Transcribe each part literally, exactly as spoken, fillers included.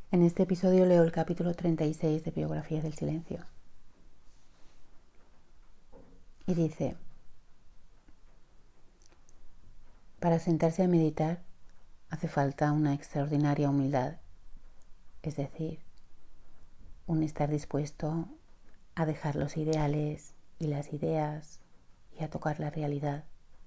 En este episodio leo el capítulo treinta y seis de Biografías del Silencio. Y dice: para sentarse a meditar hace falta una extraordinaria humildad, es decir, un estar dispuesto a dejar los ideales y las ideas y a tocar la realidad.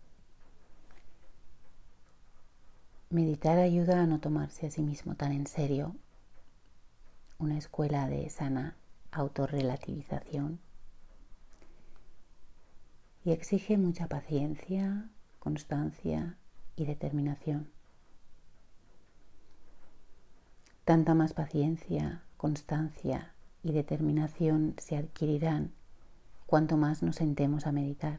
Meditar ayuda a no tomarse a sí mismo tan en serio, una escuela de sana autorrelativización, y exige mucha paciencia, constancia y determinación. Tanta más paciencia, constancia y determinación se adquirirán cuanto más nos sentemos a meditar.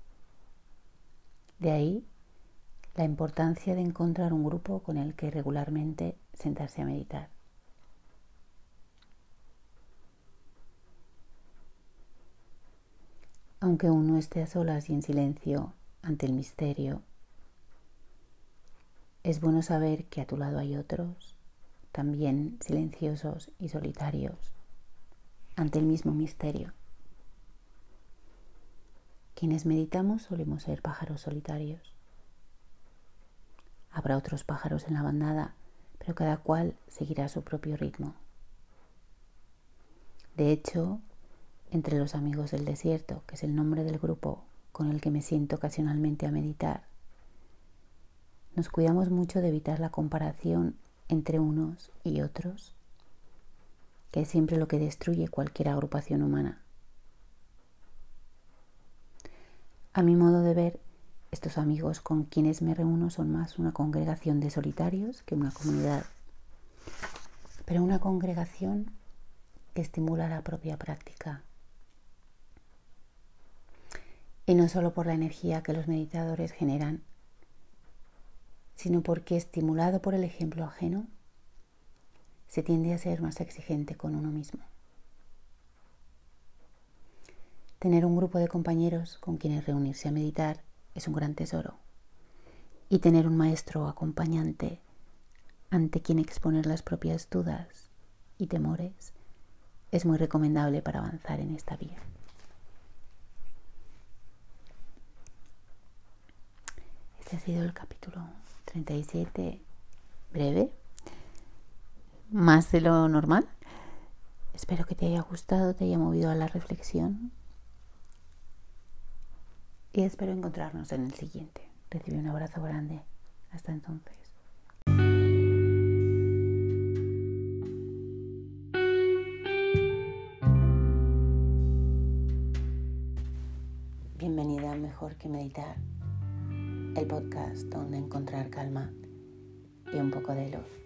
De ahí la importancia de encontrar un grupo con el que regularmente sentarse a meditar. Aunque uno esté a solas y en silencio ante el misterio, es bueno saber que a tu lado hay otros, también silenciosos y solitarios, ante el mismo misterio. Quienes meditamos solemos ser pájaros solitarios. Habrá otros pájaros en la bandada, pero cada cual seguirá su propio ritmo. De hecho, entre los amigos del desierto, que es el nombre del grupo con el que me siento ocasionalmente a meditar, nos cuidamos mucho de evitar la comparación entre unos y otros, que es siempre lo que destruye cualquier agrupación humana. A mi modo de ver, estos amigos con quienes me reúno son más una congregación de solitarios que una comunidad, pero una congregación que estimula la propia práctica. Y no solo por la energía que los meditadores generan, sino porque, estimulado por el ejemplo ajeno, se tiende a ser más exigente con uno mismo. Tener un grupo de compañeros con quienes reunirse a meditar es un gran tesoro, y tener un maestro o acompañante ante quien exponer las propias dudas y temores es muy recomendable para avanzar en esta vía. Este ha sido el capítulo treinta y siete, breve, más de lo normal. Espero que te haya gustado, te haya movido a la reflexión y espero encontrarnos en el siguiente. Recibe un abrazo grande. Hasta entonces. Bienvenida a Mejor que Meditar, el podcast donde encontrar calma y un poco de luz.